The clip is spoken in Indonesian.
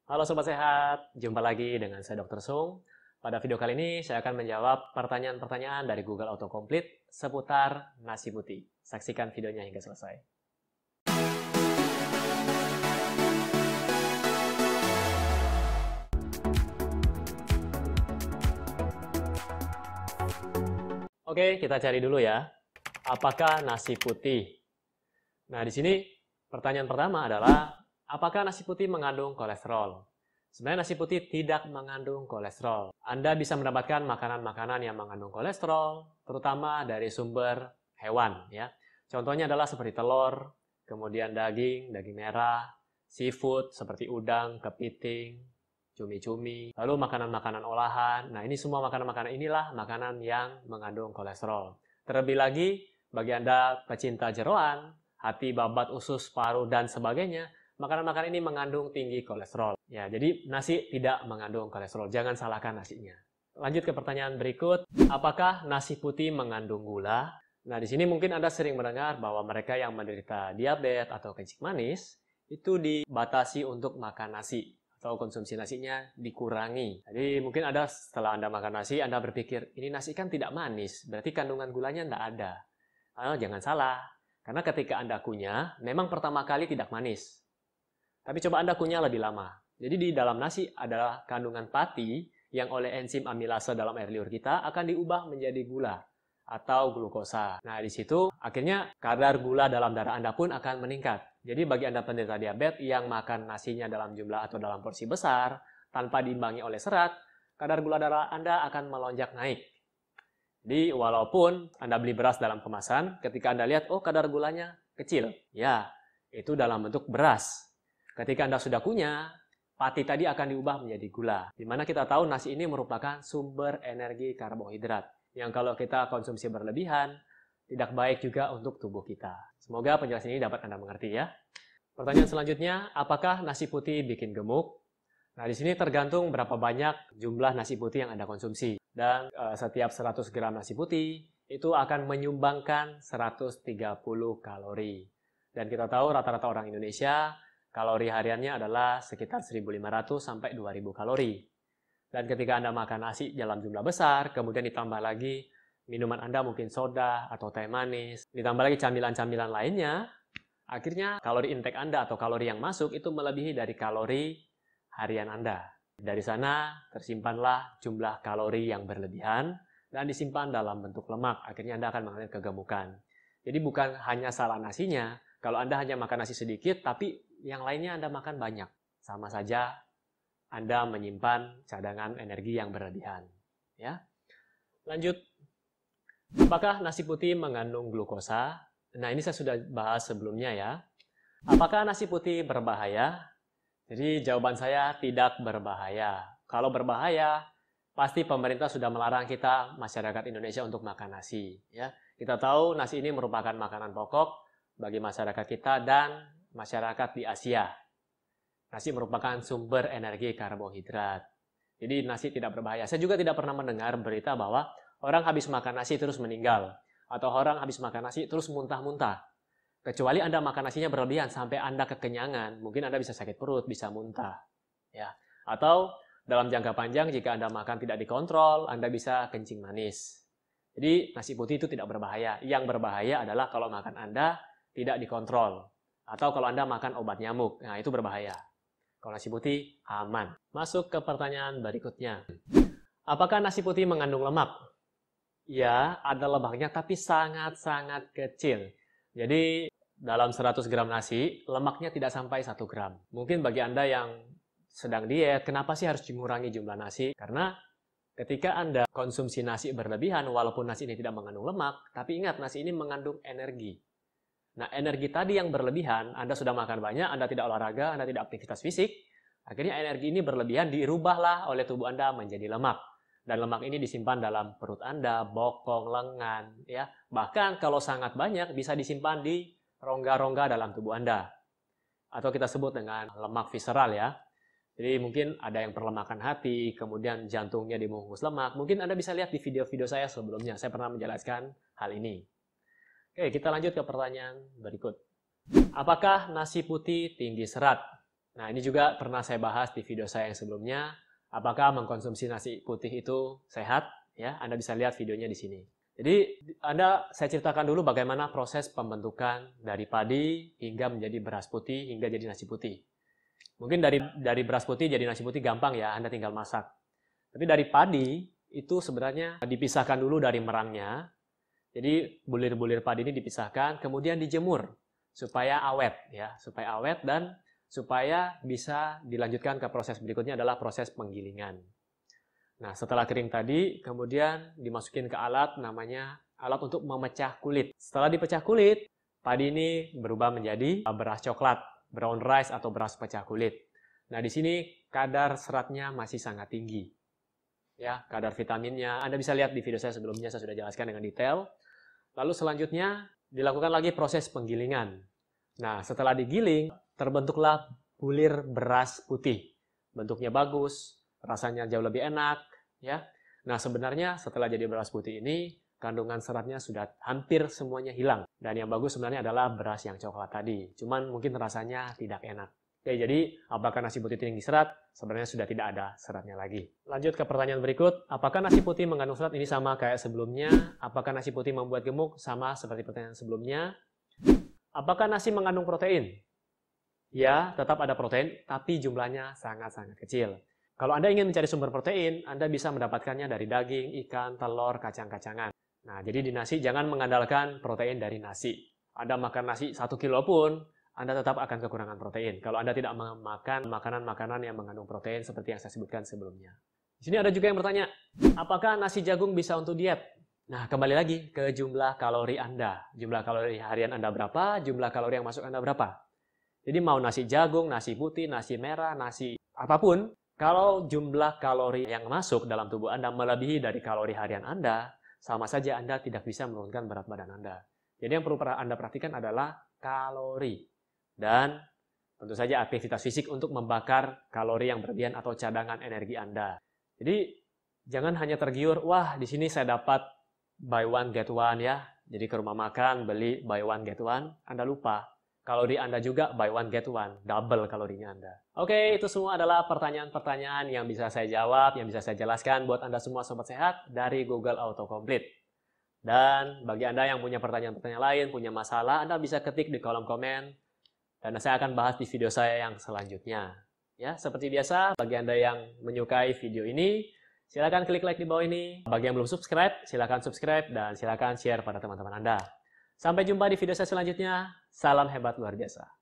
Halo Sobat Sehat, jumpa lagi dengan saya Dr. Sung. Pada video kali ini saya akan menjawab pertanyaan-pertanyaan dari Google Autocomplete seputar nasi putih. Saksikan videonya hingga selesai. Oke, kita cari dulu ya. Apakah nasi putih? Nah, di sini pertanyaan pertama adalah, apakah nasi putih mengandung kolesterol? Sebenarnya nasi putih tidak mengandung kolesterol. Anda bisa mendapatkan makanan-makanan yang mengandung kolesterol, terutama dari sumber hewan. Ya. Contohnya adalah seperti telur, kemudian daging merah, seafood seperti udang, kepiting, cumi-cumi, lalu makanan-makanan olahan. Nah, ini semua makanan-makanan inilah makanan yang mengandung kolesterol. Terlebih lagi, bagi Anda pecinta jeroan, hati, babat, usus, paru, dan sebagainya, makanan-makanan ini mengandung tinggi kolesterol. Ya, jadi nasi tidak mengandung kolesterol. Jangan salahkan nasinya. Lanjut ke pertanyaan berikut. Apakah nasi putih mengandung gula? Nah, di sini mungkin Anda sering mendengar bahwa mereka yang menderita diabetes atau kencing manis itu dibatasi untuk makan nasi atau konsumsi nasinya dikurangi. Jadi mungkin Anda setelah Anda makan nasi, Anda berpikir, ini nasi kan tidak manis, berarti kandungan gulanya tidak ada. Jangan salah, karena ketika Anda kunyah, memang pertama kali tidak manis. Tapi coba Anda kunyah lebih lama. Jadi di dalam nasi adalah kandungan pati yang oleh enzim amilase dalam air liur kita akan diubah menjadi gula atau glukosa. Nah, di situ akhirnya kadar gula dalam darah Anda pun akan meningkat. Jadi bagi Anda penderita diabetes yang makan nasinya dalam jumlah atau dalam porsi besar tanpa diimbangi oleh serat, kadar gula darah Anda akan melonjak naik. Jadi walaupun Anda beli beras dalam kemasan, ketika Anda lihat, oh kadar gulanya kecil. Ya, itu dalam bentuk beras. Ketika Anda sudah kunyah, pati tadi akan diubah menjadi gula. Di mana kita tahu nasi ini merupakan sumber energi karbohidrat yang kalau kita konsumsi berlebihan, tidak baik juga untuk tubuh kita. Semoga penjelasan ini dapat Anda mengerti ya. Pertanyaan selanjutnya, apakah nasi putih bikin gemuk? Nah, di sini tergantung berapa banyak jumlah nasi putih yang Anda konsumsi. Dan setiap 100 gram nasi putih itu akan menyumbangkan 130 kalori. Dan kita tahu rata-rata orang Indonesia kalori hariannya adalah sekitar 1.500 sampai 2.000 kalori. Dan ketika Anda makan nasi dalam jumlah besar, kemudian ditambah lagi minuman Anda mungkin soda atau teh manis, ditambah lagi camilan-camilan lainnya, akhirnya kalori intake Anda atau kalori yang masuk itu melebihi dari kalori harian Anda. Dari sana tersimpanlah jumlah kalori yang berlebihan dan disimpan dalam bentuk lemak. Akhirnya Anda akan mengalami kegemukan. Jadi bukan hanya salah nasinya, kalau Anda hanya makan nasi sedikit, tapi yang lainnya Anda makan banyak. Sama saja Anda menyimpan cadangan energi yang berlebihan. Ya. Lanjut. Apakah nasi putih mengandung glukosa? Nah, ini saya sudah bahas sebelumnya ya. Apakah nasi putih berbahaya? Jadi jawaban saya tidak berbahaya. Kalau berbahaya, pasti pemerintah sudah melarang kita, masyarakat Indonesia, untuk makan nasi. Ya. Kita tahu nasi ini merupakan makanan pokok bagi masyarakat kita dan masyarakat di Asia. Nasi merupakan sumber energi karbohidrat. Jadi nasi tidak berbahaya. Saya juga tidak pernah mendengar berita bahwa orang habis makan nasi terus meninggal. Atau orang habis makan nasi terus muntah-muntah. Kecuali Anda makan nasinya berlebihan sampai Anda kekenyangan. Mungkin Anda bisa sakit perut, bisa muntah. Ya. Atau dalam jangka panjang jika Anda makan tidak dikontrol, Anda bisa kencing manis. Jadi nasi putih itu tidak berbahaya. Yang berbahaya adalah kalau makan Anda tidak dikontrol. Atau kalau Anda makan obat nyamuk. Nah, itu berbahaya. Kalau nasi putih, aman. Masuk ke pertanyaan berikutnya. Apakah nasi putih mengandung lemak? Ya, ada lemaknya, tapi sangat-sangat kecil. Jadi, dalam 100 gram nasi, lemaknya tidak sampai 1 gram. Mungkin bagi Anda yang sedang diet, kenapa sih harus mengurangi jumlah nasi? Karena ketika Anda konsumsi nasi berlebihan, walaupun nasi ini tidak mengandung lemak, tapi ingat, nasi ini mengandung energi. Nah, energi tadi yang berlebihan, Anda sudah makan banyak, Anda tidak olahraga, Anda tidak aktivitas fisik, akhirnya energi ini berlebihan dirubahlah oleh tubuh Anda menjadi lemak. Dan lemak ini disimpan dalam perut Anda, bokong, lengan, ya. Bahkan kalau sangat banyak bisa disimpan di rongga-rongga dalam tubuh Anda. Atau kita sebut dengan lemak visceral ya. Jadi mungkin ada yang perlemakan hati, kemudian jantungnya dibungkus lemak. Mungkin Anda bisa lihat di video-video saya sebelumnya, saya pernah menjelaskan hal ini. Oke, kita lanjut ke pertanyaan berikut. Apakah nasi putih tinggi serat? Nah, ini juga pernah saya bahas di video saya yang sebelumnya. Apakah mengkonsumsi nasi putih itu sehat? Ya, Anda bisa lihat videonya di sini. Jadi, saya ceritakan dulu bagaimana proses pembentukan dari padi hingga menjadi beras putih, hingga jadi nasi putih. Mungkin dari beras putih jadi nasi putih gampang ya, Anda tinggal masak. Tapi dari padi, itu sebenarnya dipisahkan dulu dari merangnya. Jadi, bulir-bulir padi ini dipisahkan, kemudian dijemur supaya awet ya, supaya awet dan supaya bisa dilanjutkan ke proses berikutnya adalah proses penggilingan. Nah, setelah kering tadi, kemudian dimasukin ke alat namanya alat untuk memecah kulit. Setelah dipecah kulit, padi ini berubah menjadi beras coklat, brown rice atau beras pecah kulit. Nah, di sini kadar seratnya masih sangat tinggi. Ya, kadar vitaminnya Anda bisa lihat di video saya sebelumnya, saya sudah jelaskan dengan detail. Lalu selanjutnya dilakukan lagi proses penggilingan. Nah, setelah digiling, terbentuklah bulir beras putih. Bentuknya bagus, rasanya jauh lebih enak, ya. Nah, sebenarnya setelah jadi beras putih ini, kandungan seratnya sudah hampir semuanya hilang. Dan yang bagus sebenarnya adalah beras yang coklat tadi. Cuman mungkin rasanya tidak enak. Oke, jadi apakah nasi putih tinggi serat? Sebenarnya sudah tidak ada seratnya lagi. Lanjut ke pertanyaan berikut. Apakah nasi putih mengandung serat? Ini sama kayak sebelumnya. Apakah nasi putih membuat gemuk? Sama seperti pertanyaan sebelumnya. Apakah nasi mengandung protein? Ya, tetap ada protein, tapi jumlahnya sangat-sangat kecil. Kalau Anda ingin mencari sumber protein, Anda bisa mendapatkannya dari daging, ikan, telur, kacang-kacangan. Nah, jadi di nasi jangan mengandalkan protein dari nasi. Anda makan nasi 1 kilo pun, Anda tetap akan kekurangan protein. Kalau Anda tidak makan makanan-makanan yang mengandung protein seperti yang saya sebutkan sebelumnya. Di sini ada juga yang bertanya, apakah nasi jagung bisa untuk diet? Nah, kembali lagi ke jumlah kalori Anda. Jumlah kalori harian Anda berapa, jumlah kalori yang masuk Anda berapa. Jadi mau nasi jagung, nasi putih, nasi merah, nasi apapun, kalau jumlah kalori yang masuk dalam tubuh Anda melebihi dari kalori harian Anda, sama saja Anda tidak bisa menurunkan berat badan Anda. Jadi yang perlu Anda perhatikan adalah kalori. Dan tentu saja aktivitas fisik untuk membakar kalori yang berlebihan atau cadangan energi Anda. Jadi jangan hanya tergiur, wah di sini saya dapat buy one get one ya. Jadi ke rumah makan beli buy one get one, Anda lupa. Kalori Anda juga buy one get one, double kalorinya Anda. Oke, itu semua adalah pertanyaan-pertanyaan yang bisa saya jawab, yang bisa saya jelaskan buat Anda semua sobat sehat dari Google Autocomplete. Dan bagi Anda yang punya pertanyaan-pertanyaan lain, punya masalah, Anda bisa ketik di kolom komen dan saya akan bahas di video saya yang selanjutnya. Ya, seperti biasa, bagi Anda yang menyukai video ini, silakan klik like di bawah ini. Bagi yang belum subscribe, silakan subscribe dan silakan share pada teman-teman Anda. Sampai jumpa di video saya selanjutnya. Salam hebat luar biasa.